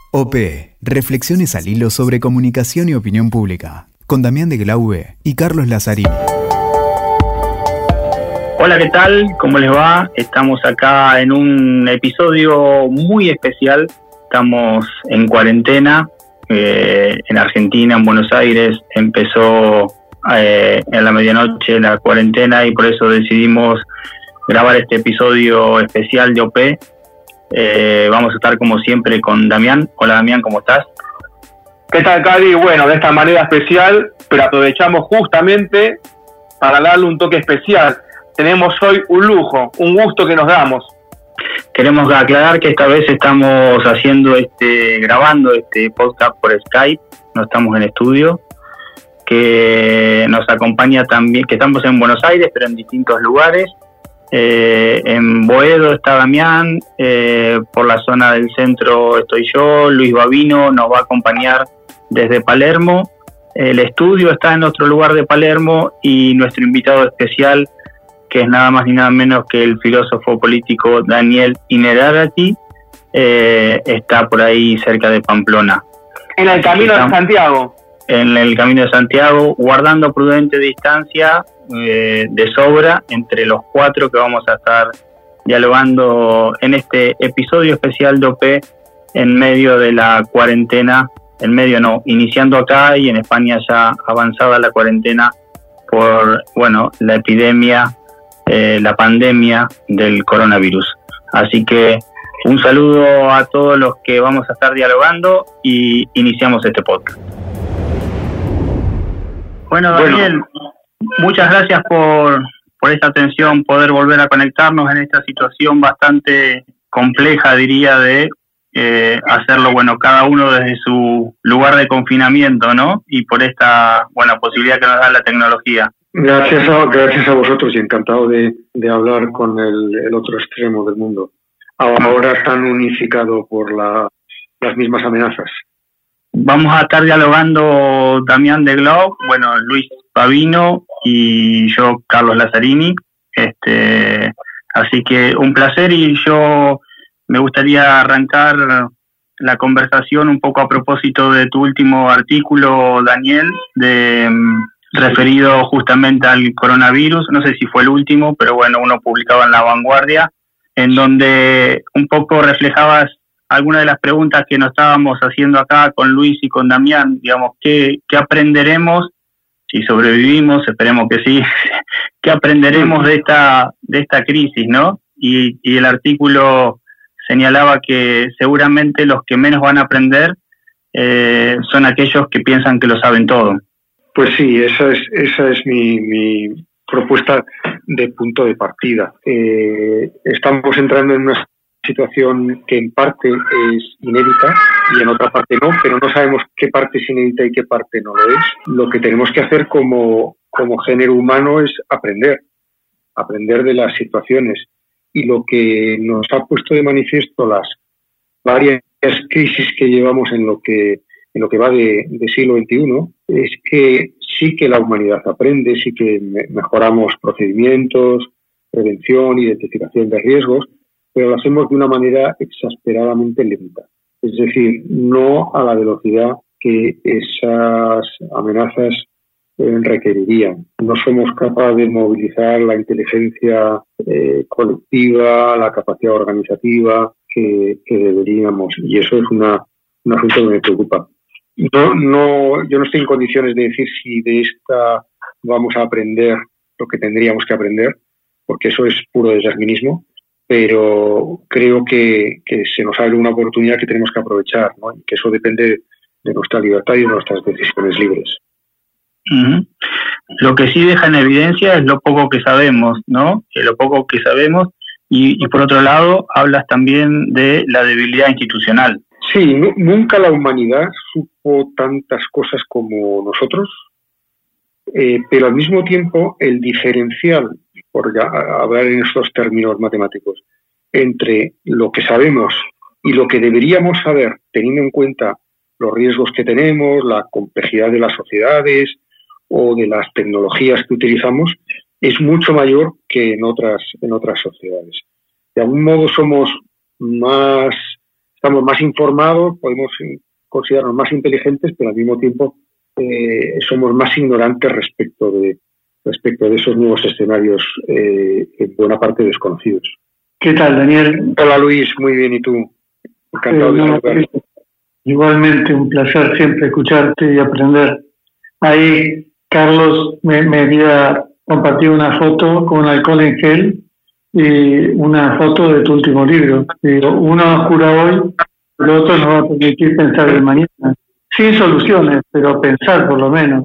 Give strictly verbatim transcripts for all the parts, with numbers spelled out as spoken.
O P, reflexiones al hilo sobre comunicación y opinión pública, con Damián de Glaube y Carlos Lazzarini. Hola, ¿qué tal? ¿Cómo les va? Estamos acá en un episodio muy especial. Estamos en cuarentena, eh, en Argentina, en Buenos Aires. Empezó eh, en la medianoche la cuarentena y por eso decidimos grabar este episodio especial de O P. Eh, vamos a estar como siempre con Damián. Hola Damián, ¿cómo estás? ¿Qué tal, Cali? Bueno, de esta manera especial, pero aprovechamos justamente para darle un toque especial. Tenemos hoy un lujo, un gusto que nos damos. Queremos aclarar que esta vez estamos haciendo este, grabando este podcast por Skype, no estamos en estudio, que nos acompaña también, que estamos en Buenos Aires, pero en distintos lugares. Eh, en Boedo está Damián, eh, por la zona del centro estoy yo, Luis Babino nos va a acompañar desde Palermo, el estudio está en otro lugar de Palermo y nuestro invitado especial, que es nada más ni nada menos que el filósofo político Daniel Innerarity, eh, está por ahí cerca de Pamplona. En el Camino Estamos de Santiago. En el Camino de Santiago, guardando prudente distancia eh, de sobra entre los cuatro que vamos a estar dialogando en este episodio especial de O P en medio de la cuarentena, en medio no, iniciando acá y en España ya avanzada la cuarentena por, bueno, la epidemia, eh, la pandemia del coronavirus. Así que un saludo a todos los que vamos a estar dialogando y iniciamos este podcast. Bueno, Daniel, bueno. muchas gracias por, por esta atención, poder volver a conectarnos en esta situación bastante compleja, diría, de eh, hacerlo, bueno, cada uno desde su lugar de confinamiento, ¿no? Y por esta, buena posibilidad que nos da la tecnología. Gracias a, gracias a vosotros y encantado de, de hablar con el, el otro extremo del mundo. Ahora tan unificado por la, las mismas amenazas. Vamos a estar dialogando Damián de Glaube, bueno, Luis Babino y yo, Carlos Lazzarini. Este, así que un placer y yo me gustaría arrancar la conversación un poco a propósito de tu último artículo, Daniel, de, referido justamente al coronavirus. No sé si fue el último, pero bueno, uno publicaba en La Vanguardia, en donde un poco reflejabas algunas de las preguntas que nos estábamos haciendo acá con Luis y con Damián, digamos, ¿qué, qué aprenderemos si sobrevivimos? Esperemos que sí. ¿Qué aprenderemos de esta de esta crisis, no? Y, y el artículo señalaba que seguramente los que menos van a aprender eh, son aquellos que piensan que lo saben todo. Pues sí, esa es esa es mi, mi propuesta de punto de partida. Eh, estamos entrando en una situación que en parte es inédita y en otra parte no, pero no sabemos qué parte es inédita y qué parte no lo es. Lo que tenemos que hacer como, como género humano es aprender, aprender de las situaciones. Y lo que nos ha puesto de manifiesto las varias crisis que llevamos en lo que, en lo que va de, de siglo veintiuno es que sí que la humanidad aprende, sí que mejoramos procedimientos, prevención, identificación de riesgos, pero lo hacemos de una manera exasperadamente lenta. Es decir, no a la velocidad que esas amenazas eh, requerirían. No somos capaces de movilizar la inteligencia eh, colectiva, la capacidad organizativa que, que deberíamos. Y eso es una, un asunto que me preocupa. No, no, yo no estoy en condiciones de decir si de esta vamos a aprender lo que tendríamos que aprender, porque eso es puro determinismo. Pero creo que, que se nos abre una oportunidad que tenemos que aprovechar, ¿no? Y que eso depende de nuestra libertad y de nuestras decisiones libres. Uh-huh. Lo que sí deja en evidencia es lo poco que sabemos, ¿no? Eh, lo poco que sabemos y, y por otro lado hablas también de la debilidad institucional. Sí, no, nunca la humanidad supo tantas cosas como nosotros, eh, pero al mismo tiempo el diferencial, por hablar en estos términos matemáticos, entre lo que sabemos y lo que deberíamos saber, teniendo en cuenta los riesgos que tenemos, la complejidad de las sociedades o de las tecnologías que utilizamos, es mucho mayor que en otras, en otras sociedades. De algún modo somos más estamos más informados, podemos considerarnos más inteligentes, pero al mismo tiempo eh, somos más ignorantes respecto de respecto de esos nuevos escenarios eh, en buena parte desconocidos. ¿Qué tal, Daniel? Hola, Luis, muy bien, ¿y tú? Encantado eh, de saludarte. No, igualmente, un placer siempre escucharte y aprender. Ahí Carlos me, me había compartido una foto con alcohol en gel y una foto de tu último libro. Digo, uno jura hoy, el otro nos va a permitir pensar el mañana. Sin soluciones, pero pensar por lo menos.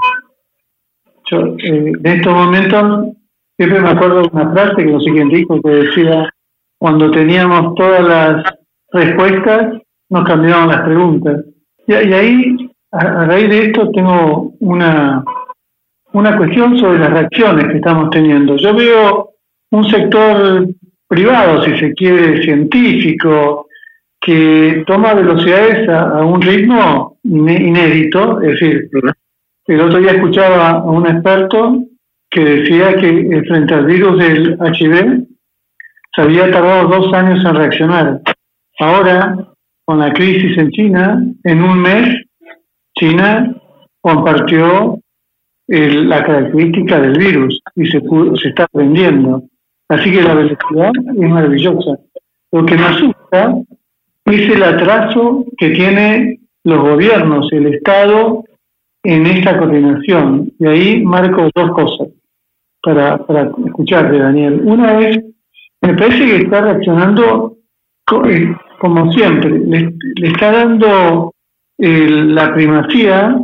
Yo, eh, en estos momentos siempre me acuerdo de una frase que no sé quién dijo, que decía, cuando teníamos todas las respuestas, nos cambiaban las preguntas. Y, y ahí, a, a raíz de esto, tengo una, una cuestión sobre las reacciones que estamos teniendo. Yo veo un sector privado, si se quiere, científico, que toma velocidades a, a un ritmo inédito, es decir, el otro día escuchaba a un experto que decía que frente al virus del H I V se había tardado dos años en reaccionar. Ahora, con la crisis en China, en un mes, China compartió el, la característica del virus y se, pudo, se está aprendiendo. Así que la velocidad es maravillosa. Lo que me asusta es el atraso que tienen los gobiernos, el Estado, en esta coordinación. Y ahí marco dos cosas para, para escucharte, Daniel. Una es, me parece que está reaccionando co eh, como siempre, le, le está dando eh, la primacía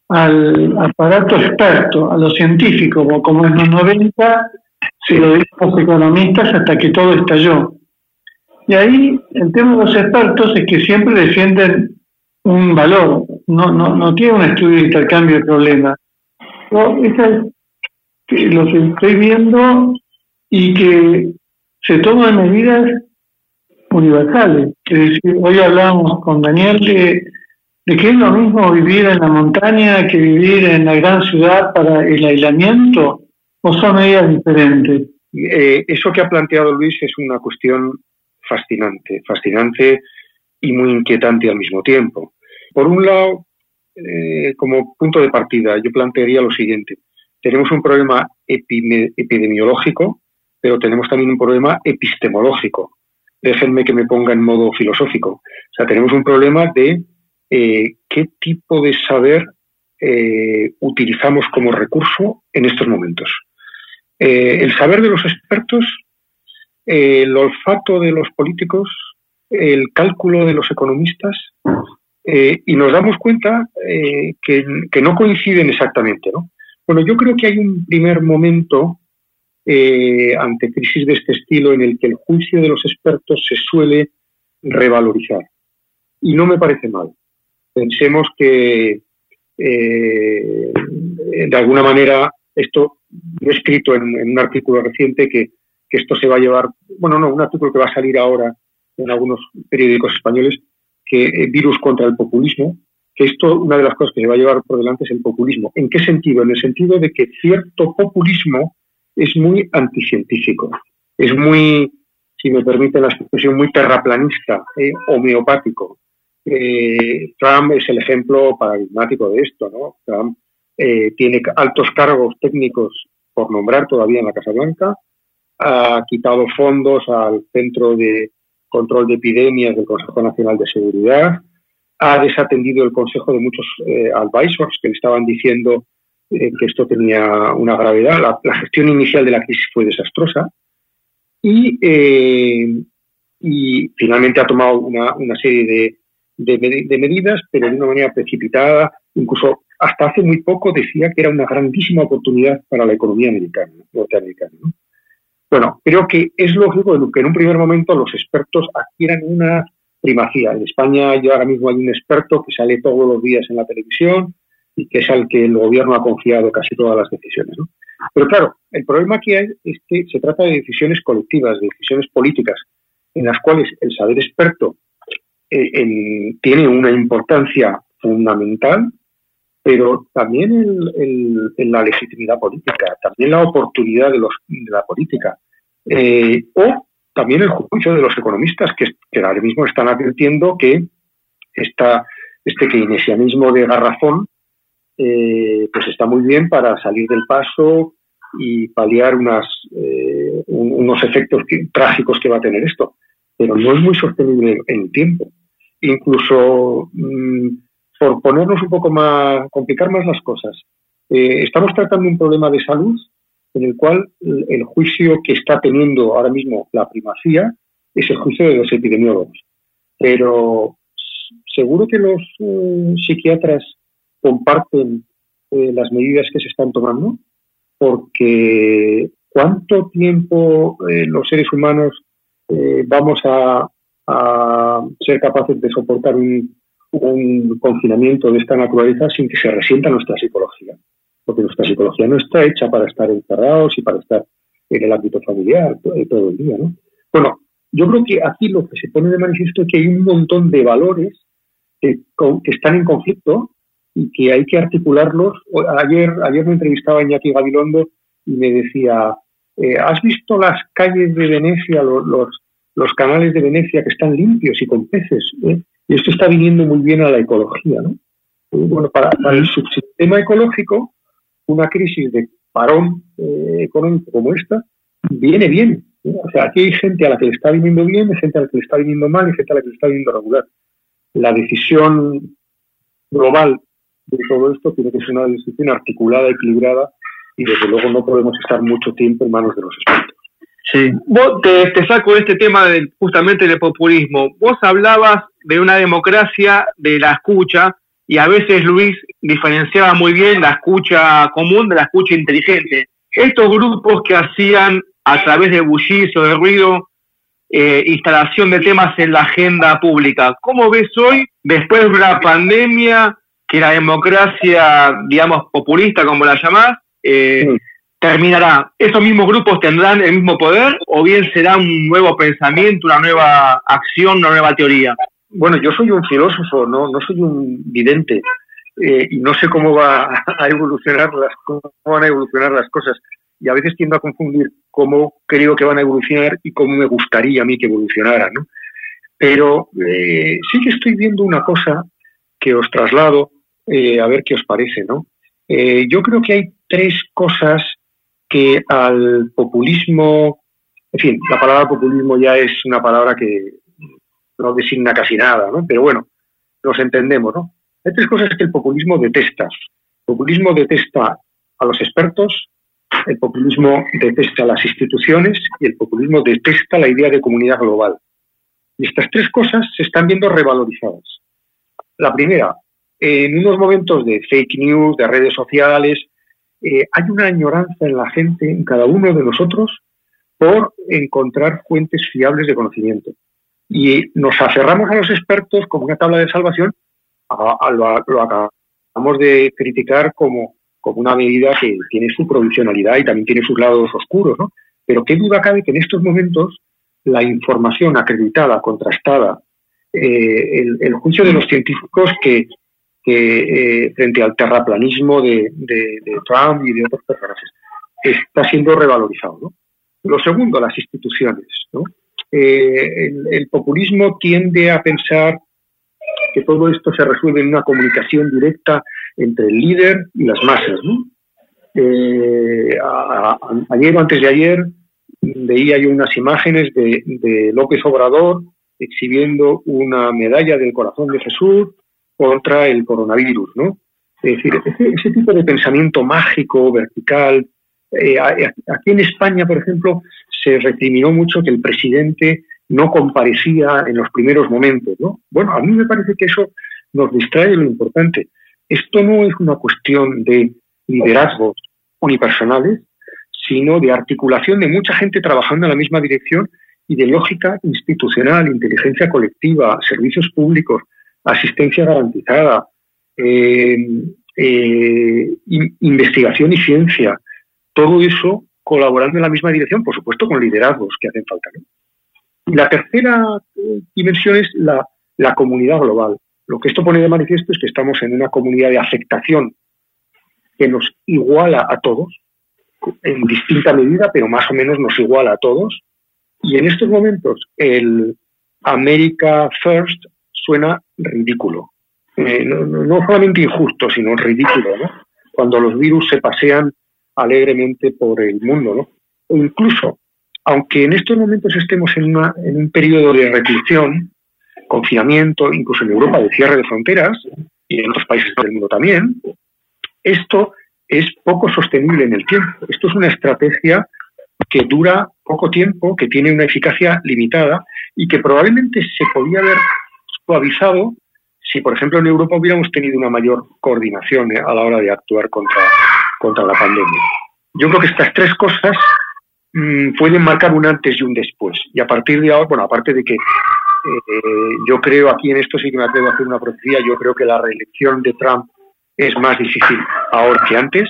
al aparato experto, a los científicos, como, como en los noventa se lo dieron los economistas hasta que todo estalló. Y ahí el tema de los expertos es que siempre defienden un valor, no, no, no tiene un estudio de intercambio de problemas. No, esa es que lo que estoy viendo y que se toman medidas universales. Es decir, hoy hablamos con Daniel de, de que es lo mismo vivir en la montaña que vivir en la gran ciudad para el aislamiento, o son medidas diferentes. Eh, eso que ha planteado Luis es una cuestión fascinante, fascinante y muy inquietante al mismo tiempo. Por un lado, eh, como punto de partida, yo plantearía lo siguiente. Tenemos un problema epidemiológico, pero tenemos también un problema epistemológico. Déjenme que me ponga en modo filosófico. O sea, tenemos un problema de eh, qué tipo de saber eh, utilizamos como recurso en estos momentos. Eh, el saber de los expertos, eh, el olfato de los políticos, el cálculo de los economistas, eh, y nos damos cuenta eh, que, que no coinciden exactamente, ¿no? Bueno, yo creo que hay un primer momento eh, ante crisis de este estilo en el que el juicio de los expertos se suele revalorizar. Y no me parece mal. Pensemos que eh, de alguna manera esto, lo he escrito en, en un artículo reciente que, que esto se va a llevar, bueno, no, un artículo que va a salir ahora en algunos periódicos españoles, que eh, virus contra el populismo, que esto, una de las cosas que se va a llevar por delante es el populismo. ¿En qué sentido? En el sentido de que cierto populismo es muy anticientífico, es muy, si me permiten la expresión, muy terraplanista, eh, homeopático. Eh, Trump es el ejemplo paradigmático de esto, ¿no? Trump eh, tiene altos cargos técnicos por nombrar todavía en la Casa Blanca, ha quitado fondos al Centro de Control de Epidemias del Consejo Nacional de Seguridad, ha desatendido el consejo de muchos eh, advisors que le estaban diciendo eh, que esto tenía una gravedad. La, la gestión inicial de la crisis fue desastrosa y, eh, y finalmente ha tomado una, una serie de, de, de medidas, pero de una manera precipitada. Incluso hasta hace muy poco decía que era una grandísima oportunidad para la economía americana, norteamericana, ¿no? Bueno, creo que es lógico que en un primer momento los expertos adquieran una primacía. En España yo ahora mismo hay un experto que sale todos los días en la televisión y que es al que el gobierno ha confiado casi todas las decisiones, ¿no? Pero claro, el problema que hay es que se trata de decisiones colectivas, de decisiones políticas, en las cuales el saber experto eh, en, tiene una importancia fundamental, pero también el, el, el, la legitimidad política, también la oportunidad de, los, de la política. Eh, o también el juicio de los economistas, que, que ahora mismo están advirtiendo que esta, este keynesianismo de garrafón eh, pues está muy bien para salir del paso y paliar unas, eh, un, unos efectos que, trágicos que va a tener esto, pero no es muy sostenible en el tiempo. Incluso mmm, por ponernos un poco más, complicar más las cosas, eh, estamos tratando un problema de salud en el cual el, el juicio que está teniendo ahora mismo la primacía es el juicio de los epidemiólogos. Pero seguro que los eh, psiquiatras comparten eh, las medidas que se están tomando, porque ¿cuánto tiempo eh, los seres humanos eh, vamos a, a ser capaces de soportar un, un confinamiento de esta naturaleza sin que se resienta nuestra psicología? Porque nuestra psicología no está hecha para estar encerrados y para estar en el ámbito familiar todo, todo el día, ¿no? Bueno, yo creo que aquí lo que se pone de manifiesto es que hay un montón de valores que, que están en conflicto y que hay que articularlos. Ayer, ayer me entrevistaba a Iñaki Gabilondo y me decía, eh, ¿has visto las calles de Venecia, los, los, los canales de Venecia que están limpios y con peces? ¿eh? Y esto está viniendo muy bien a la ecología, ¿no? Y bueno, para, para el subsistema ecológico, una crisis de parón eh, económico como esta viene bien, ¿eh? O sea, aquí hay gente a la que le está viniendo bien, hay gente a la que le está viniendo mal y gente a la que le está viniendo regular. La decisión global de todo esto tiene que ser una decisión articulada, equilibrada, y desde luego no podemos estar mucho tiempo en manos de los expertos. Sí. Vos te, te saco este tema del, justamente del populismo. Vos hablabas de una democracia de la escucha, y a veces Luis diferenciaba muy bien la escucha común de la escucha inteligente. Estos grupos que hacían a través de bullicio, de ruido, eh, instalación de temas en la agenda pública. ¿Cómo ves hoy, después de una pandemia, que la democracia, digamos, populista, como la llamás, eh, sí. terminará? ¿Esos mismos grupos tendrán el mismo poder o bien será un nuevo pensamiento, una nueva acción, una nueva teoría? Bueno, yo soy un filósofo, no, no soy un vidente, eh, y no sé cómo va a evolucionar las, cómo van a evolucionar las cosas. Y a veces tiendo a confundir cómo creo que van a evolucionar y cómo me gustaría a mí que evolucionaran, ¿no? Pero eh, sí que estoy viendo una cosa que os traslado, eh, a ver qué os parece, ¿no? Eh, yo creo que hay tres cosas que al populismo, en fin, la palabra populismo ya es una palabra que no designa casi nada, ¿no? Pero bueno, nos entendemos, ¿no? Hay tres cosas que el populismo detesta. El populismo detesta a los expertos, el populismo detesta a las instituciones y el populismo detesta la idea de comunidad global. Y estas tres cosas se están viendo revalorizadas. La primera, en unos momentos de fake news, de redes sociales, eh, hay una añoranza en la gente, en cada uno de nosotros, por encontrar fuentes fiables de conocimiento. Y nos aferramos a los expertos como una tabla de salvación, a, a lo, a, lo acabamos de criticar como, como una medida que tiene su provisionalidad y también tiene sus lados oscuros, ¿no? Pero qué duda cabe que en estos momentos la información acreditada, contrastada, eh, el, el juicio de los científicos que, que eh, frente al terraplanismo de, de, de Trump y de otros personajes está siendo revalorizado, ¿no? Lo segundo, las instituciones, ¿no? Eh, el, el populismo tiende a pensar que todo esto se resuelve en una comunicación directa entre el líder y las masas, ¿no? Eh, a, a, ayer o antes de ayer veía yo unas imágenes de, de López Obrador exhibiendo una medalla del corazón de Jesús contra el coronavirus, ¿no? Es decir, ese, ese tipo de pensamiento mágico, vertical. Eh, aquí en España, por ejemplo, se recriminó mucho que el presidente no comparecía en los primeros momentos, ¿no? Bueno, a mí me parece que eso nos distrae de lo importante. Esto no es una cuestión de liderazgos unipersonales, sino de articulación de mucha gente trabajando en la misma dirección y de lógica institucional, inteligencia colectiva, servicios públicos, asistencia garantizada, eh, eh, in, investigación y ciencia. Todo eso colaborando en la misma dirección, por supuesto con liderazgos que hacen falta, ¿no? Y la tercera dimensión es la, la comunidad global. Lo que esto pone de manifiesto es que estamos en una comunidad de afectación que nos iguala a todos, en distinta medida, pero más o menos nos iguala a todos, Y en estos momentos el America First suena ridículo. Eh, no, no solamente injusto, sino ridículo, ¿no? Cuando los virus se pasean alegremente por el mundo, ¿no? O incluso, aunque en estos momentos estemos en, una, en un periodo de reclusión, confinamiento, incluso en Europa de cierre de fronteras, y en otros países del mundo también, esto es poco sostenible en el tiempo. Esto es una estrategia que dura poco tiempo, que tiene una eficacia limitada y que probablemente se podía haber suavizado si, por ejemplo, en Europa hubiéramos tenido una mayor coordinación a la hora de actuar contra, contra la pandemia. Yo creo que estas tres cosas mmm, pueden marcar un antes y un después. Y a partir de ahora, bueno, aparte de que eh, yo creo, aquí en esto sí que me atrevo a hacer una profecía, yo creo que la reelección de Trump es más difícil ahora que antes,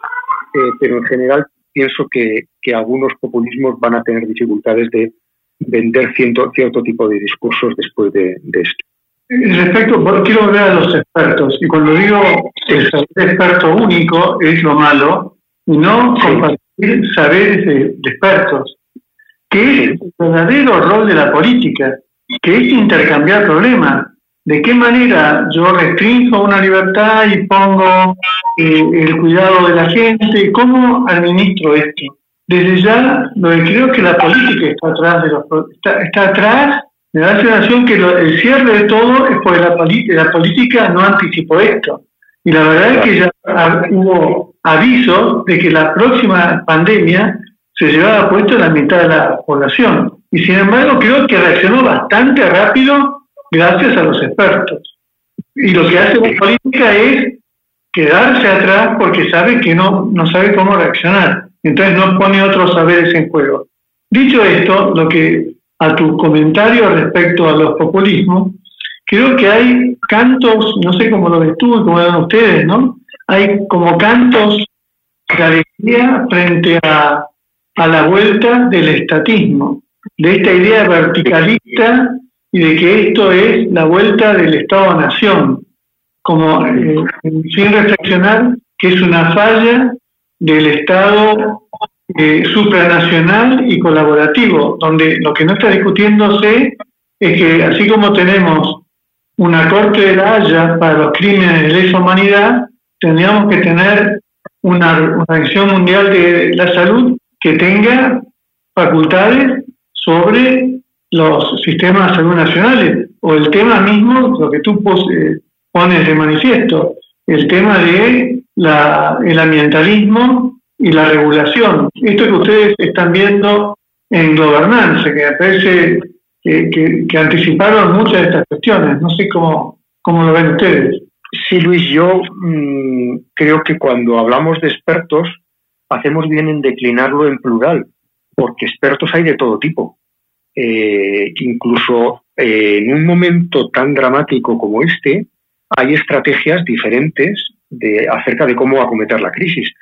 eh, pero en general pienso que, que algunos populismos van a tener dificultades de vender cierto, cierto tipo de discursos después de, de esto. Respecto, quiero volver a los expertos, y cuando digo el saber experto único es lo malo, y no compartir saberes de, de expertos, que es el verdadero rol de la política, que es intercambiar problemas. ¿De qué manera yo restringo una libertad y pongo eh, el cuidado de la gente? ¿Cómo administro esto? Desde ya, lo que creo que la política está atrás de los está, está atrás, me da la sensación que lo, el cierre de todo es porque la, la política no anticipó esto. Y la verdad es que ya hubo aviso de que la próxima pandemia se llevaba puesto en la mitad de la población. Y sin embargo, creo que reaccionó bastante rápido gracias a los expertos. Y lo que hace la política es quedarse atrás porque sabe que no, no sabe cómo reaccionar. Entonces no pone otros saberes en juego. Dicho esto, lo que a tu comentario respecto a los populismos, creo que hay cantos, no sé cómo lo ves tú y cómo lo ven ustedes, ¿no? Hay como cantos de alegría frente a, a la vuelta del estatismo, de esta idea verticalista y de que esto es la vuelta del Estado-Nación, como eh, sin reflexionar que es una falla del Estado eh, supranacional y colaborativo, donde lo que no está discutiéndose es que así como tenemos una Corte de la Haya para los crímenes de lesa humanidad, tendríamos que tener una Organización Mundial de la Salud que tenga facultades sobre los sistemas de salud nacionales, o el tema mismo, lo que tú pones de manifiesto, el tema de la, el ambientalismo y la regulación. Esto que ustedes están viendo en gobernanza, que me parece que, que, que anticiparon muchas de estas cuestiones. No sé cómo, cómo lo ven ustedes. Sí, Luis, yo mmm, creo que cuando hablamos de expertos, hacemos bien en declinarlo en plural, porque expertos hay de todo tipo. Eh, incluso eh, en un momento tan dramático como este, hay estrategias diferentes de, acerca de cómo acometer la crisis.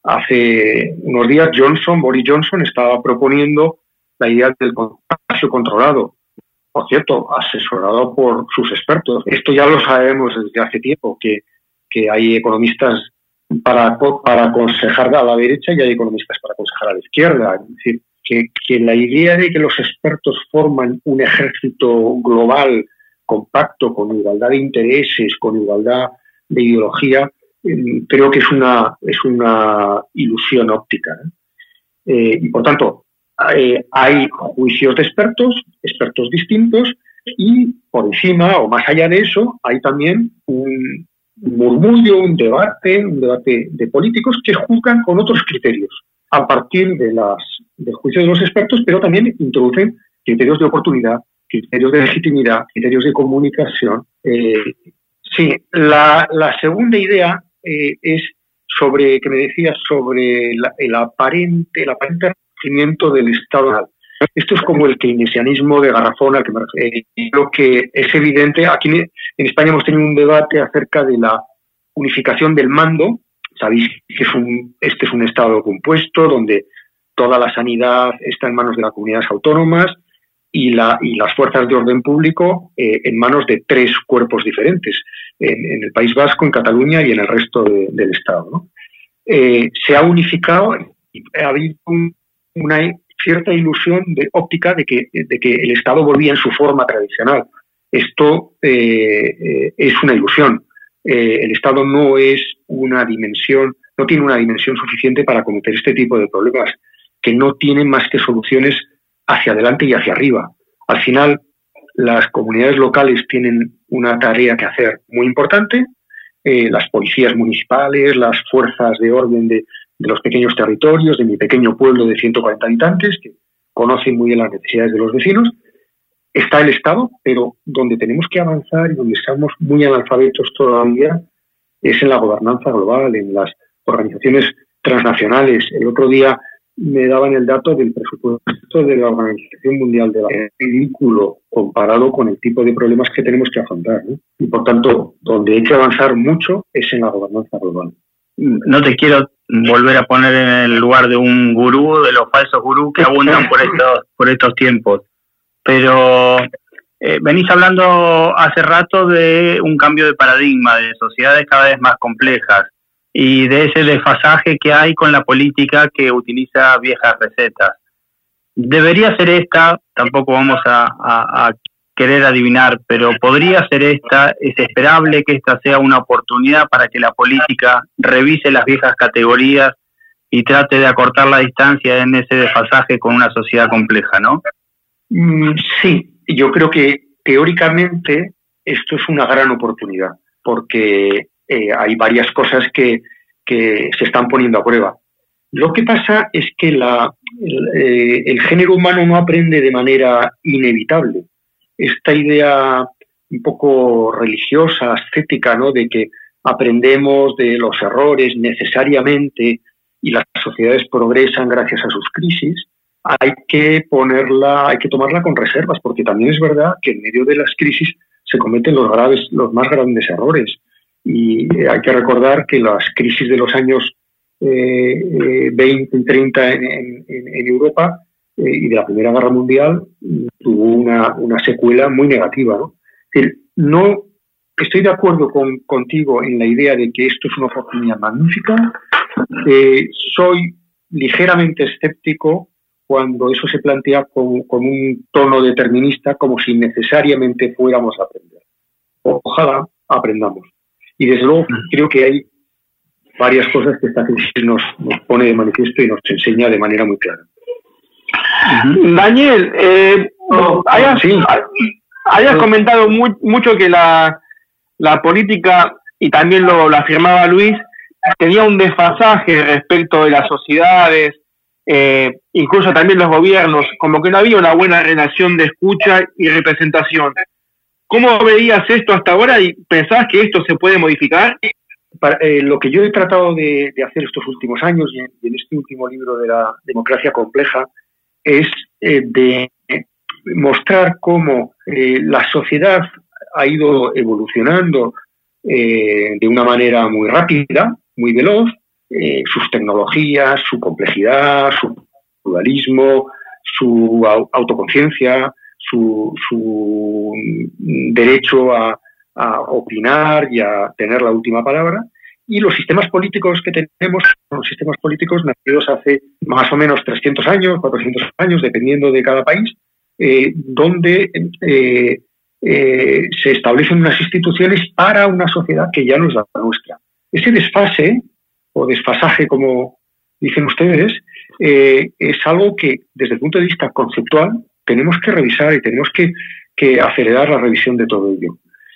Hace unos días Johnson, Boris Johnson, estaba proponiendo la idea del contagio controlado. Por cierto, asesorado por sus expertos. Esto ya lo sabemos desde hace tiempo, que, que hay economistas para, para aconsejar a la derecha y hay economistas para aconsejar a la izquierda. Es decir, que, que la idea de que los expertos forman un ejército global, compacto, con igualdad de intereses, con igualdad de ideología, eh, creo que es una, es una ilusión óptica, ¿no? Eh, y por tanto, eh, hay juicios de expertos, expertos distintos, y por encima o más allá de eso hay también un murmullo, un debate, un debate de políticos que juzgan con otros criterios a partir de las del juicio de los expertos, pero también introducen criterios de oportunidad, criterios de legitimidad, criterios de comunicación. Eh, sí, la, la segunda idea eh, es sobre, que me decías, sobre la, el aparente, el aparente renacimiento del Estado. Esto es como el keynesianismo de garrafón al que me refiero. Eh, lo que es evidente, aquí en España hemos tenido un debate acerca de la unificación del mando. Sabéis que es un, este es un Estado compuesto donde toda la sanidad está en manos de las comunidades autónomas y, la, y las fuerzas de orden público eh, en manos de tres cuerpos diferentes, en, en el País Vasco, en Cataluña y en el resto de, del Estado, ¿no? Eh, se ha unificado y ha habido un, una cierta ilusión de óptica de que, de que el Estado volvía en su forma tradicional. Esto eh, eh, es una ilusión. Eh, el Estado no es una dimensión, no tiene una dimensión suficiente para acometer este tipo de problemas, que no tienen más que soluciones hacia adelante y hacia arriba. Al final, las comunidades locales tienen una tarea que hacer muy importante, eh, las policías municipales, las fuerzas de orden de, de los pequeños territorios, de mi pequeño pueblo de ciento cuarenta habitantes, que conocen muy bien las necesidades de los vecinos. Está el Estado, pero donde tenemos que avanzar y donde estamos muy analfabetos todavía es en la gobernanza global, en las organizaciones transnacionales. El otro día me daban el dato del presupuesto de la Organización Mundial de la Salud, ridículo comparado con el tipo de problemas que tenemos que afrontar, ¿no? Y por tanto, donde hay que avanzar mucho es en la gobernanza global. No te quiero volver a poner en el lugar de un gurú, de los falsos gurús que abundan por estos, por estos tiempos, pero eh, venís hablando hace rato de un cambio de paradigma, de sociedades cada vez más complejas, y de ese desfasaje que hay con la política que utiliza viejas recetas. Debería ser esta, tampoco vamos a, a, a querer adivinar, pero podría ser esta, es esperable que esta sea una oportunidad para que la política revise las viejas categorías y trate de acortar la distancia en ese desfasaje con una sociedad compleja, ¿no? Mm, sí, yo creo que teóricamente esto es una gran oportunidad, porque Eh, hay varias cosas que, que se están poniendo a prueba. Lo que pasa es que la, el, eh, el género humano no aprende de manera inevitable. Esta idea un poco religiosa, ascética, ¿no?, de que aprendemos de los errores necesariamente y las sociedades progresan gracias a sus crisis, hay que ponerla, hay que tomarla con reservas, porque también es verdad que en medio de las crisis se cometen los graves, los más grandes errores. Y hay que recordar que las crisis de los años eh, veinte y treinta en, en, en Europa eh, y de la Primera Guerra Mundial tuvo una, una secuela muy negativa, ¿no? Es decir, no estoy de acuerdo con, contigo en la idea de que esto es una oportunidad magnífica. Eh, soy ligeramente escéptico cuando eso se plantea con, con un tono determinista, como si necesariamente fuéramos a aprender. Ojalá aprendamos. Y desde luego creo que hay varias cosas que esta crisis nos, nos pone de manifiesto y nos enseña de manera muy clara. Daniel, eh, oh, hayas, sí. hayas oh. comentado muy, mucho que la, la política, y también lo, lo afirmaba Luis, tenía un desfasaje respecto de las sociedades, eh, incluso también los gobiernos, como que no había una buena relación de escucha y representación. ¿Cómo veías esto hasta ahora y pensás que esto se puede modificar? Para, eh, lo que yo he tratado de, de hacer estos últimos años y en, y en este último libro de la democracia compleja es eh, de mostrar cómo eh, la sociedad ha ido evolucionando eh, de una manera muy rápida, muy veloz, eh, sus tecnologías, su complejidad, su pluralismo, su autoconciencia, Su, su derecho a, a opinar y a tener la última palabra, y los sistemas políticos que tenemos son sistemas políticos nacidos hace más o menos trescientos años, cuatrocientos años, dependiendo de cada país, eh, donde eh, eh, se establecen unas instituciones para una sociedad que ya no es la nuestra. Ese desfase, o desfasaje como dicen ustedes, eh, es algo que desde el punto de vista conceptual tenemos que revisar y tenemos que, que acelerar la revisión de todo ello.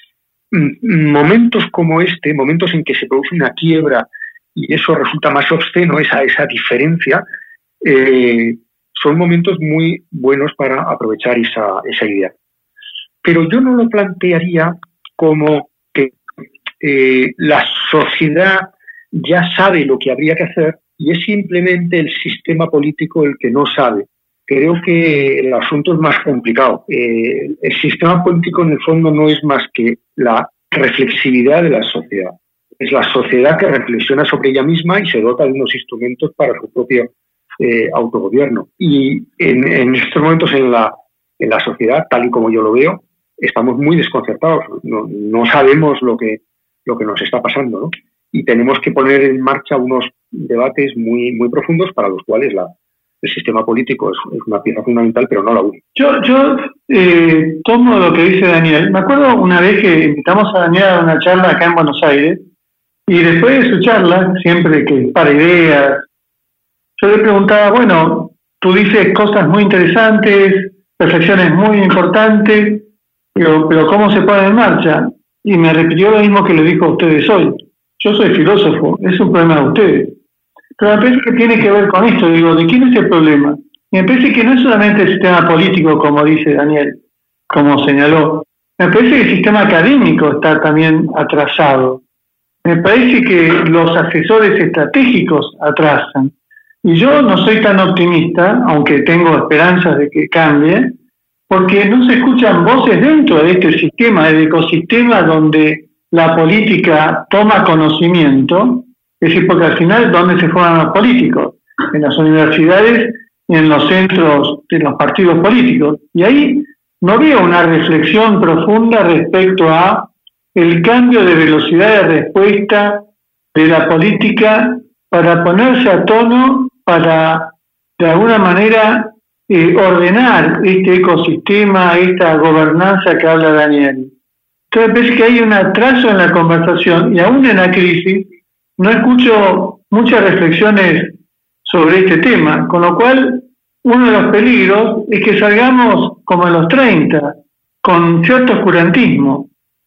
Momentos como este, momentos en que se produce una quiebra y eso resulta más obsceno, esa, esa diferencia, eh, son momentos muy buenos para aprovechar esa, esa idea. Pero yo no lo plantearía como que eh, la sociedad ya sabe lo que habría que hacer y es simplemente el sistema político el que no sabe. Creo que el asunto es más complicado. Eh, el sistema político, en el fondo, no es más que la reflexividad de la sociedad. Es la sociedad que reflexiona sobre ella misma y se dota de unos instrumentos para su propio eh, autogobierno. Y en, en estos momentos en la, en la sociedad, tal y como yo lo veo, estamos muy desconcertados. No, no sabemos lo que, lo que nos está pasando, ¿no? Y tenemos que poner en marcha unos debates muy, muy profundos para los cuales la el sistema político es, es una pieza fundamental, pero no la única. Yo, yo eh, tomo lo que dice Daniel. Me acuerdo una vez que invitamos a Daniel a una charla acá en Buenos Aires, y después de su charla, siempre que para ideas, yo le preguntaba, bueno, tú dices cosas muy interesantes, reflexiones muy importantes, pero, pero ¿cómo se ponen en marcha? Y me repitió lo mismo que le dijo a ustedes hoy. Yo soy filósofo, es un problema de ustedes. Pero me parece que tiene que ver con esto, digo, ¿de quién es el problema? Y me parece que no es solamente el sistema político, como dice Daniel, como señaló. Me parece que el sistema académico está también atrasado. Me parece que los asesores estratégicos atrasan. Y yo no soy tan optimista, aunque tengo esperanzas de que cambie, porque no se escuchan voces dentro de este sistema, del ecosistema donde la política toma conocimiento. Es decir, porque al final, ¿dónde se forman los políticos? En las universidades y en los centros de los partidos políticos. Y ahí no veo una reflexión profunda respecto a el cambio de velocidad de respuesta de la política para ponerse a tono, para de alguna manera eh, ordenar este ecosistema, esta gobernanza que habla Daniel. Entonces parece que hay un atraso en la conversación y aún en la crisis no escucho muchas reflexiones sobre este tema, con lo cual uno de los peligros es que salgamos como en los treinta, con cierto oscurantismo,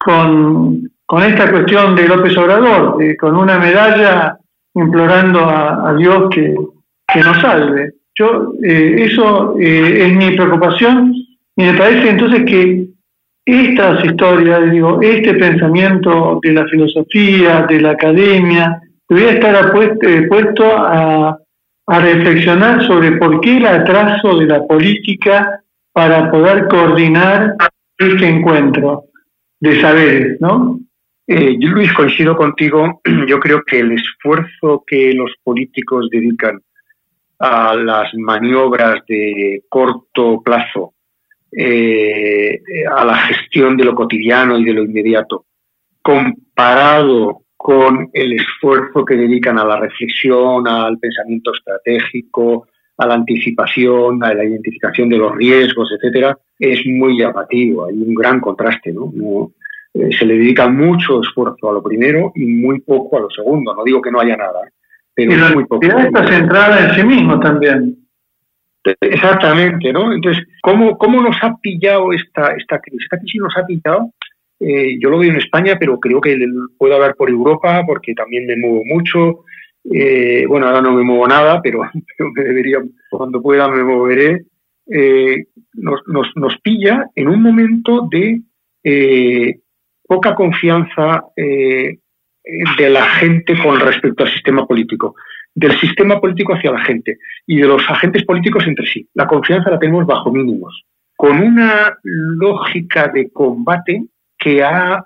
con, con esta cuestión de López Obrador, eh, con una medalla implorando a, a Dios que, que nos salve. Yo eh, eso eh, es mi preocupación y me parece entonces que estas historias, digo, este pensamiento de la filosofía, de la academia, debería estar apuesto, eh, puesto a, a reflexionar sobre por qué el atraso de la política para poder coordinar este encuentro de saberes, ¿no? Eh, yo, Luis, coincido contigo. Yo creo que el esfuerzo que los políticos dedican a las maniobras de corto plazo, eh, a la gestión de lo cotidiano y de lo inmediato, comparado con el esfuerzo que dedican a la reflexión, al pensamiento estratégico, a la anticipación, a la identificación de los riesgos, etcétera, es muy llamativo. Hay un gran contraste, ¿no? No eh, se le dedica mucho esfuerzo a lo primero y muy poco a lo segundo. No digo que no haya nada, pero y la muy poco. actividad está centrada en sí mismo también. Exactamente, ¿no? Entonces, ¿cómo, cómo nos ha pillado esta, esta crisis? Esta crisis nos ha pillado, eh, yo lo veo en España, pero creo que puedo hablar por Europa porque también me muevo mucho. Eh, bueno, ahora no me muevo nada, pero, pero me debería, cuando pueda me moveré. Eh, nos, nos, nos pilla en un momento de eh, poca confianza eh, de la gente con respecto al sistema político, del sistema político hacia la gente y de los agentes políticos entre sí. La confianza la tenemos bajo mínimos, con una lógica de combate que ha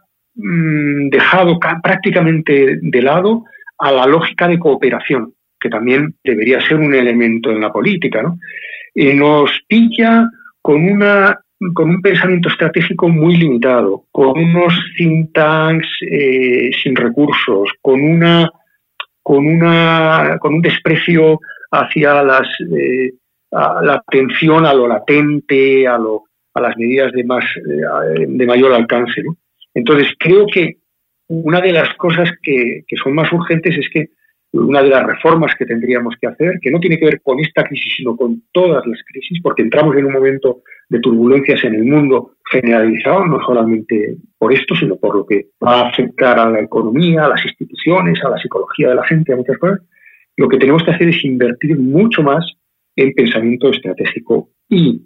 mmm, dejado prácticamente de lado a la lógica de cooperación, que también debería ser un elemento en la política, ¿no? Y nos pilla con una con un pensamiento estratégico muy limitado, con unos think tanks eh, sin recursos, con una con una con un desprecio hacia las eh, a la atención a lo latente, a lo a las medidas de más eh, de mayor alcance, ¿no? Entonces creo que una de las cosas que, que son más urgentes es que una de las reformas que tendríamos que hacer, que no tiene que ver con esta crisis, sino con todas las crisis, porque entramos en un momento de turbulencias en el mundo generalizado, no solamente por esto, sino por lo que va a afectar a la economía, a las instituciones, a la psicología de la gente, a muchas cosas. Lo que tenemos que hacer es invertir mucho más en pensamiento estratégico y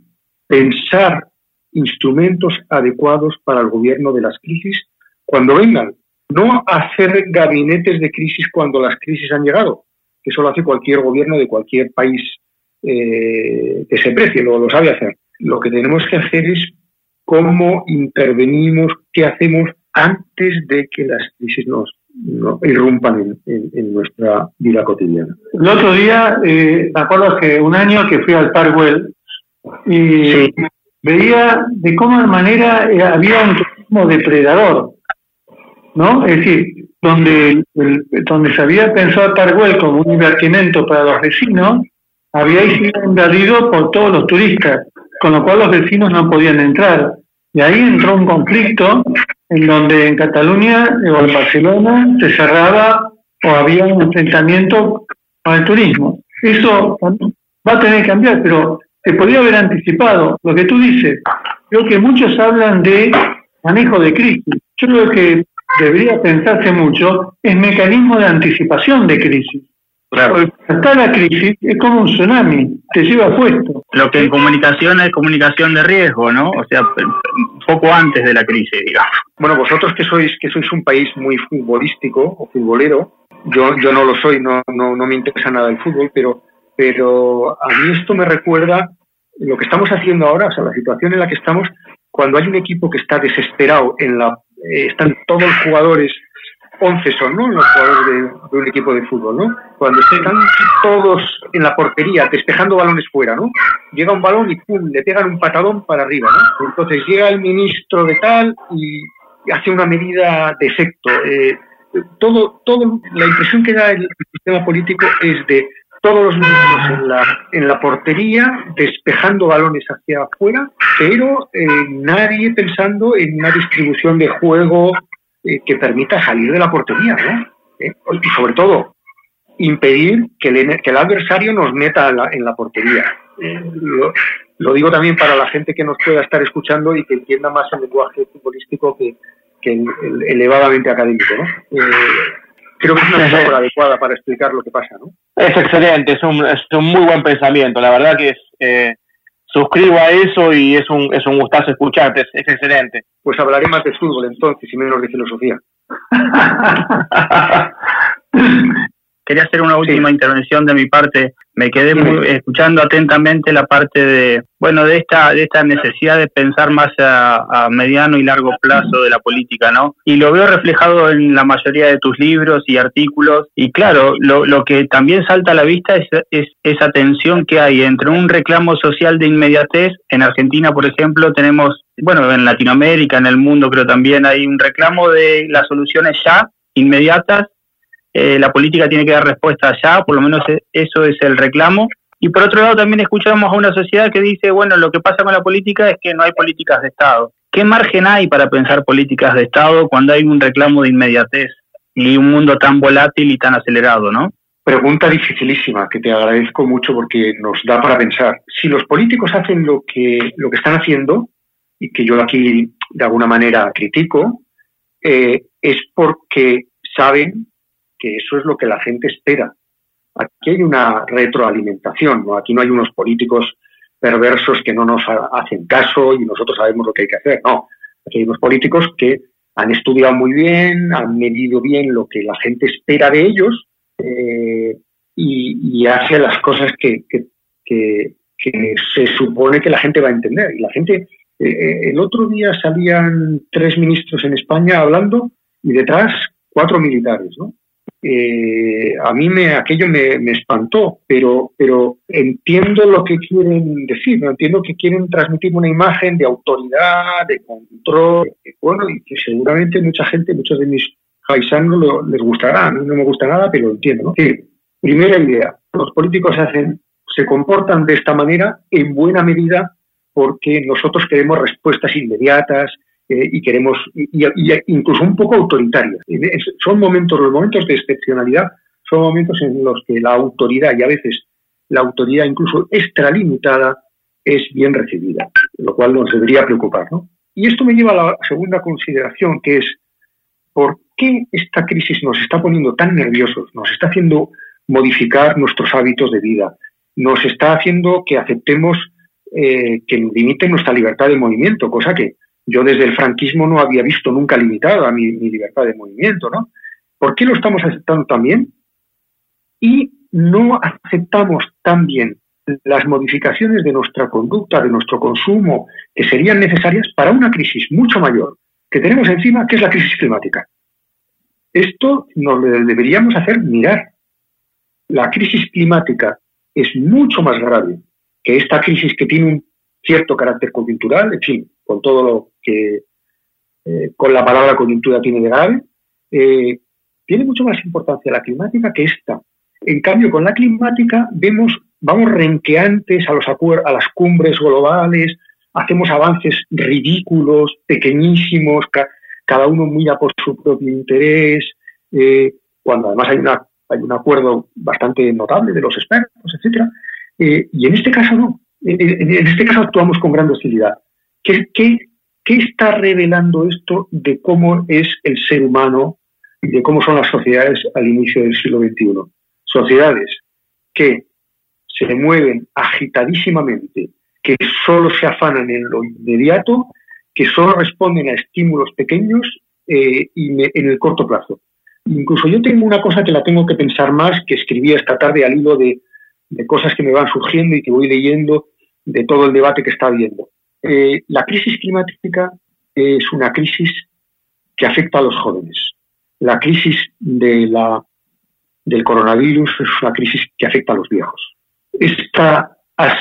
pensar instrumentos adecuados para el gobierno de las crisis cuando vengan. No hacer gabinetes de crisis cuando las crisis han llegado, que eso lo hace cualquier gobierno de cualquier país eh, que se precie, lo, lo sabe hacer. Lo que tenemos que hacer es cómo intervenimos, qué hacemos antes de que las crisis nos, nos irrumpan en, en, en nuestra vida cotidiana. El otro día, eh, me acuerdo que un año que fui al Park Güell y sí. veía de cómo manera eh, había un turismo depredador, ¿no? Es decir, donde, el, donde se había pensado Park Güell como un divertimento para los vecinos, había sido invadido por todos los turistas, con lo cual los vecinos no podían entrar. Y ahí entró un conflicto en donde en Cataluña o en Barcelona se cerraba o había un enfrentamiento con el turismo. Eso va a tener que cambiar, pero se podía haber anticipado. Lo que tú dices, creo que muchos hablan de manejo de crisis. Yo creo que debería pensarse mucho en mecanismos de anticipación de crisis. Claro. Porque hasta la crisis es como un tsunami, te lleva puesto. Lo que en comunicación es comunicación de riesgo, ¿no? O sea, poco antes de la crisis, digamos. Bueno, vosotros que sois que sois un país muy futbolístico o futbolero, yo yo no lo soy, no no no me interesa nada el fútbol, pero pero a mí esto me recuerda lo que estamos haciendo ahora, o sea, la situación en la que estamos cuando hay un equipo que está desesperado en la eh, están todos los jugadores once son, ¿no? Los jugadores de, de un equipo de fútbol, ¿no? Cuando están todos en la portería despejando balones fuera, ¿no? Llega un balón y pum, le pegan un patadón para arriba, ¿no? Entonces llega el ministro de tal y hace una medida de secto. Eh, todo, todo, la impresión que da el sistema político es de todos los ministros en la, en la portería despejando balones hacia afuera, pero eh, nadie pensando en una distribución de juego eh, que permita salir de la portería, ¿no? Eh, y sobre todo, impedir que el, que el adversario nos meta en la, en la portería. Eh, lo, lo digo también para la gente que nos pueda estar escuchando y que entienda más el lenguaje futbolístico que, que el, el elevadamente académico, ¿no? Eh, creo que es una metáfora adecuada para explicar lo que pasa, ¿no? Es excelente, es un, es un muy buen pensamiento. La verdad que es, eh, suscribo a eso y es un, es un gustazo escucharte, es, es excelente. Pues hablaré más de fútbol entonces y menos de filosofía. Quería hacer una última sí. intervención de mi parte. Me quedé muy, escuchando atentamente la parte de, bueno, de esta de esta necesidad de pensar más a, a mediano y largo plazo de la política, ¿no? Y lo veo reflejado en la mayoría de tus libros y artículos. Y claro, lo, lo que también salta a la vista es, es esa tensión que hay entre un reclamo social de inmediatez. En Argentina, por ejemplo, tenemos, bueno, en Latinoamérica, en el mundo creo también hay un reclamo de las soluciones ya, inmediatas. Eh, la política tiene que dar respuesta ya, por lo menos eso es el reclamo. Y por otro lado también escuchamos a una sociedad que dice, bueno, lo que pasa con la política es que no hay políticas de Estado. ¿Qué margen hay para pensar políticas de Estado cuando hay un reclamo de inmediatez y un mundo tan volátil y tan acelerado, ¿no? Pregunta dificilísima, que te agradezco mucho porque nos da para pensar. Si los políticos hacen lo que, lo que están haciendo, y que yo aquí de alguna manera critico, eh, es porque saben que eso es lo que la gente espera. Aquí hay una retroalimentación, ¿no? Aquí no hay unos políticos perversos que no nos hacen caso y nosotros sabemos lo que hay que hacer. No, aquí hay unos políticos que han estudiado muy bien, han medido bien lo que la gente espera de ellos eh, y, y hacen las cosas que, que, que, que se supone que la gente va a entender. Y la gente, eh, el otro día salían tres ministros en España hablando y detrás cuatro militares, ¿no? Eh, a mí me aquello me, me espantó, pero, pero entiendo lo que quieren decir, ¿no? Entiendo que quieren transmitir una imagen de autoridad, de control, de, bueno, y que seguramente mucha gente, muchos de mis paisanos lo, les gustará, a mí no me gusta nada, pero lo entiendo, ¿no? Sí, primera idea, los políticos hacen, se comportan de esta manera en buena medida porque nosotros queremos respuestas inmediatas, Eh, y queremos, y, y incluso un poco autoritarias. Son momentos, los momentos de excepcionalidad, son momentos en los que la autoridad, y a veces la autoridad incluso extralimitada, es bien recibida, lo cual nos debería preocupar, ¿no? Y esto me lleva a la segunda consideración, que es ¿por qué esta crisis nos está poniendo tan nerviosos? Nos está haciendo modificar nuestros hábitos de vida, nos está haciendo que aceptemos eh, que limiten nuestra libertad de movimiento, cosa que yo desde el franquismo no había visto nunca limitada mi, mi libertad de movimiento, ¿no? ¿Por qué lo estamos aceptando también? Y no aceptamos también las modificaciones de nuestra conducta, de nuestro consumo, que serían necesarias para una crisis mucho mayor que tenemos encima, que es la crisis climática. Esto nos deberíamos hacer mirar. La crisis climática es mucho más grave que esta crisis que tiene un cierto carácter coyuntural, en fin, con todo lo que eh, con la palabra coyuntura tiene de grave, eh, tiene mucho más importancia la climática que esta. En cambio, con la climática vemos vamos renqueantes a, los acuer- a las cumbres globales, hacemos avances ridículos, pequeñísimos, ca- cada uno mira por su propio interés, eh, cuando además hay, una, hay un acuerdo bastante notable de los expertos, etcétera. Eh, y en este caso no. En, en este caso actuamos con gran docilidad. ¿Qué, qué, ¿Qué está revelando esto de cómo es el ser humano y de cómo son las sociedades al inicio del siglo veintiuno? Sociedades que se mueven agitadísimamente, que solo se afanan en lo inmediato, que solo responden a estímulos pequeños eh, y me, en el corto plazo. Incluso yo tengo una cosa que la tengo que pensar más, que escribí esta tarde al hilo de, de cosas que me van surgiendo y que voy leyendo de todo el debate que está habiendo. Eh, la crisis climática es una crisis que afecta a los jóvenes. La crisis de la, del coronavirus es una crisis que afecta a los viejos. Esta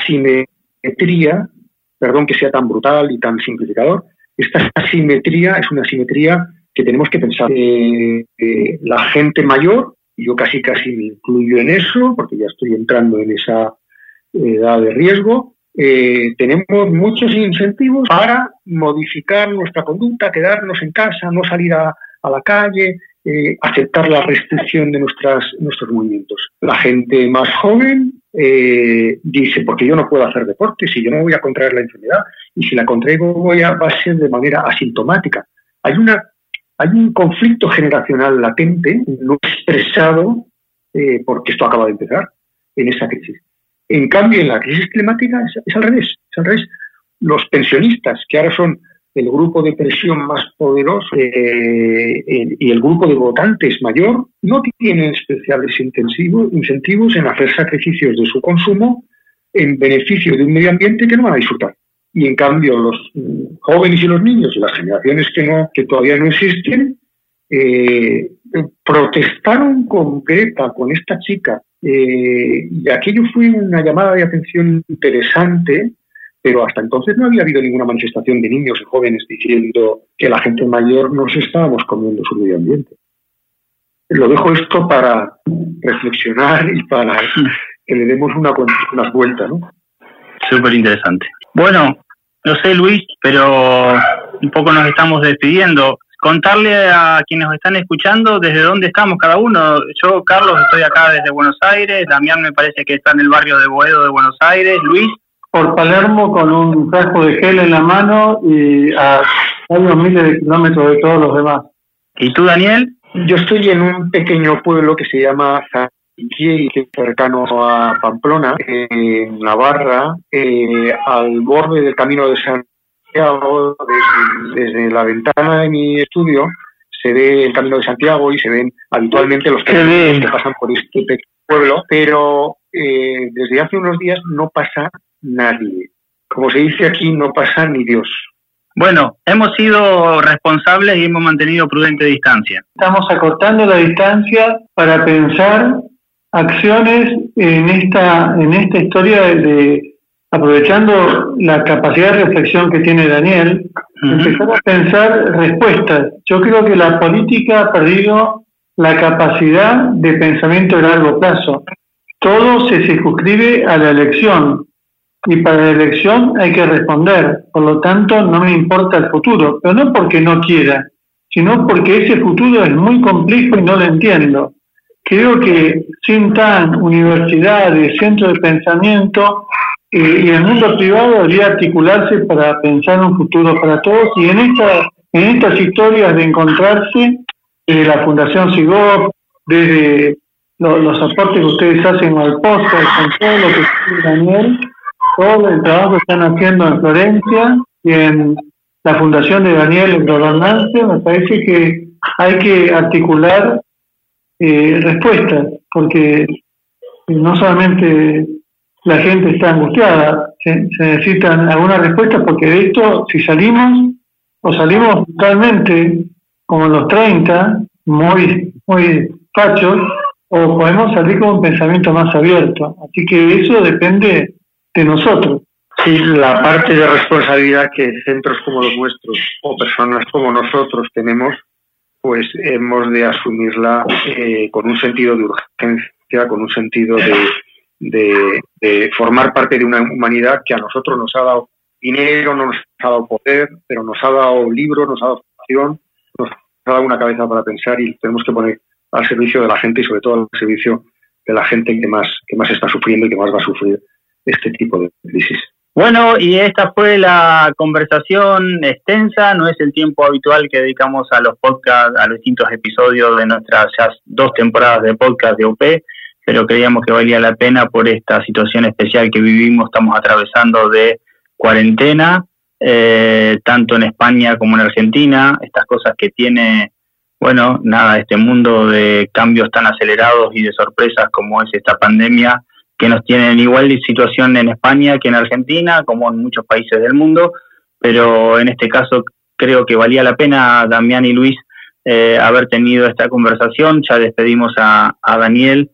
asimetría, perdón que sea tan brutal y tan simplificador, esta asimetría es una asimetría que tenemos que pensar. Eh, eh, la gente mayor, yo casi casi me incluyo en eso, porque ya estoy entrando en esa edad de riesgo, eh, tenemos muchos incentivos para modificar nuestra conducta, quedarnos en casa, no salir a, a la calle, eh, aceptar la restricción de nuestras, nuestros movimientos. La gente más joven eh, dice, porque yo no puedo hacer deporte, si yo no voy a contraer la enfermedad, y si la contraigo voy a, va a ser de manera asintomática. Hay una Hay un conflicto generacional latente, no expresado, eh, porque esto acaba de empezar, en esa crisis. En cambio, en la crisis climática es, es al revés. Es al revés. Los pensionistas, que ahora son el grupo de presión más poderoso eh, el, y el grupo de votantes mayor, no tienen especiales incentivos en hacer sacrificios de su consumo en beneficio de un medio ambiente que no van a disfrutar. Y en cambio los jóvenes y los niños y las generaciones que no que todavía no existen eh, protestaron con Greta, con esta chica, eh, y aquello fue una llamada de atención interesante, pero hasta entonces no había habido ninguna manifestación de niños y jóvenes diciendo que la gente mayor nos estábamos comiendo su medio ambiente. Lo dejo esto para reflexionar y para que le demos una, unas vueltas, ¿no? Súper interesante. Bueno, no sé, Luis, pero un poco nos estamos despidiendo. Contarle a quienes nos están escuchando desde dónde estamos cada uno. Yo, Carlos, estoy acá desde Buenos Aires. Damián me parece que está en el barrio de Boedo de Buenos Aires. Luis. Por Palermo, con un frasco de gel en la mano y a varios miles de kilómetros de todos los demás. ¿Y tú, Daniel? Yo estoy en un pequeño pueblo que se llama Zanquillo, que es cercano a Pamplona, en Navarra, eh, al borde del Camino de Santiago. Desde, desde la ventana de mi estudio se ve el Camino de Santiago y se ven habitualmente los trenes que pasan por este pequeño pueblo, pero eh, desde hace unos días no pasa nadie. Como se dice aquí, no pasa ni Dios. Bueno, hemos sido responsables y hemos mantenido prudente distancia. Estamos acortando la distancia para pensar acciones en esta en esta historia de, de aprovechando la capacidad de reflexión que tiene Daniel, uh-huh. empezar a pensar respuestas. Yo creo que la política ha perdido la capacidad de pensamiento de largo plazo. Todo se circunscribe a la elección y para la elección hay que responder. Por lo tanto, no me importa el futuro, pero no porque no quiera, sino porque ese futuro es muy complejo y no lo entiendo. Creo que sin tan universidades, centros de pensamiento eh, y el mundo privado debería articularse para pensar un futuro para todos, y en esta, en estas historias de encontrarse desde la Fundación SIGOP, desde lo, los aportes que ustedes hacen al podcast, con todo lo que dice Daniel, todo el trabajo que están haciendo en Florencia y en la Fundación de Daniel en Gobernancia, me parece que hay que articular eh, respuestas, porque no solamente la gente está angustiada, se, se necesitan algunas respuestas, porque de esto, si salimos, o salimos totalmente como en los treinta, muy, muy fachos, o podemos salir con un pensamiento más abierto. Así que eso depende de nosotros. Sí, la parte de responsabilidad que centros como los nuestros o personas como nosotros tenemos, pues hemos de asumirla eh, con un sentido de urgencia, con un sentido de, de, de formar parte de una humanidad que a nosotros nos ha dado dinero, no nos ha dado poder, pero nos ha dado libros, nos ha dado formación, nos ha dado una cabeza para pensar y tenemos que poner al servicio de la gente y sobre todo al servicio de la gente que más, que más está sufriendo y que más va a sufrir este tipo de crisis. Bueno, y esta fue la conversación extensa, no es el tiempo habitual que dedicamos a los podcasts, a los distintos episodios de nuestras ya dos temporadas de podcast de O P, pero creíamos que valía la pena por esta situación especial que vivimos, estamos atravesando de cuarentena, eh, tanto en España como en Argentina, estas cosas que tiene, bueno, nada, este mundo de cambios tan acelerados y de sorpresas como es esta pandemia, que nos tienen igual de situación en España que en Argentina, como en muchos países del mundo, pero en este caso creo que valía la pena, Damián y Luis, eh, haber tenido esta conversación. Ya despedimos a, a Daniel,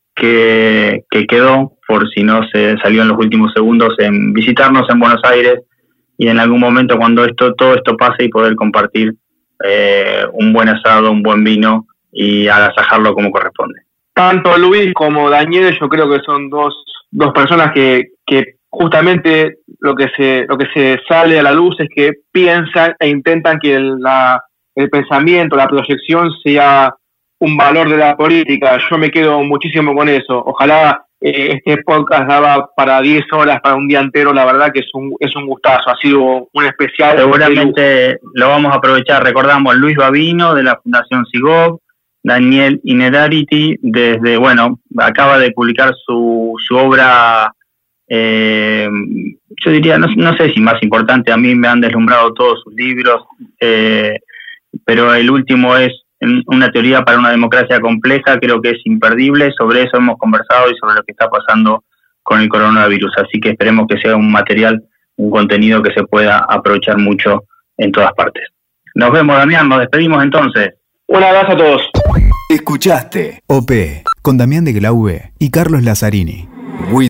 que, que quedó, por si no se salió en los últimos segundos, en visitarnos en Buenos Aires y en algún momento cuando esto todo esto pase y poder compartir eh, un buen asado, un buen vino y agasajarlo como corresponde. Tanto Luis como Daniel, yo creo que son dos, dos personas que, que justamente lo que se lo que se sale a la luz es que piensan e intentan que el, la, el pensamiento, la proyección sea un valor de la política. Yo me quedo muchísimo con eso. Ojalá eh, este podcast daba para diez horas, para un día entero. La verdad que es un es un gustazo, ha sido un especial. Seguramente lo vamos a aprovechar. Recordamos Luis Bavino de la Fundación Sigov, Daniel Innerarity, desde, bueno, acaba de publicar su, su obra, eh, yo diría, no, no sé si más importante, a mí me han deslumbrado todos sus libros, eh, pero el último es Una teoría para una democracia compleja, creo que es imperdible, sobre eso hemos conversado y sobre lo que está pasando con el coronavirus, así que esperemos que sea un material, un contenido que se pueda aprovechar mucho en todas partes. Nos vemos, Damián, nos despedimos entonces. Un abrazo a todos. Escuchaste O P con Damián de Glaube y Carlos Lazzarini.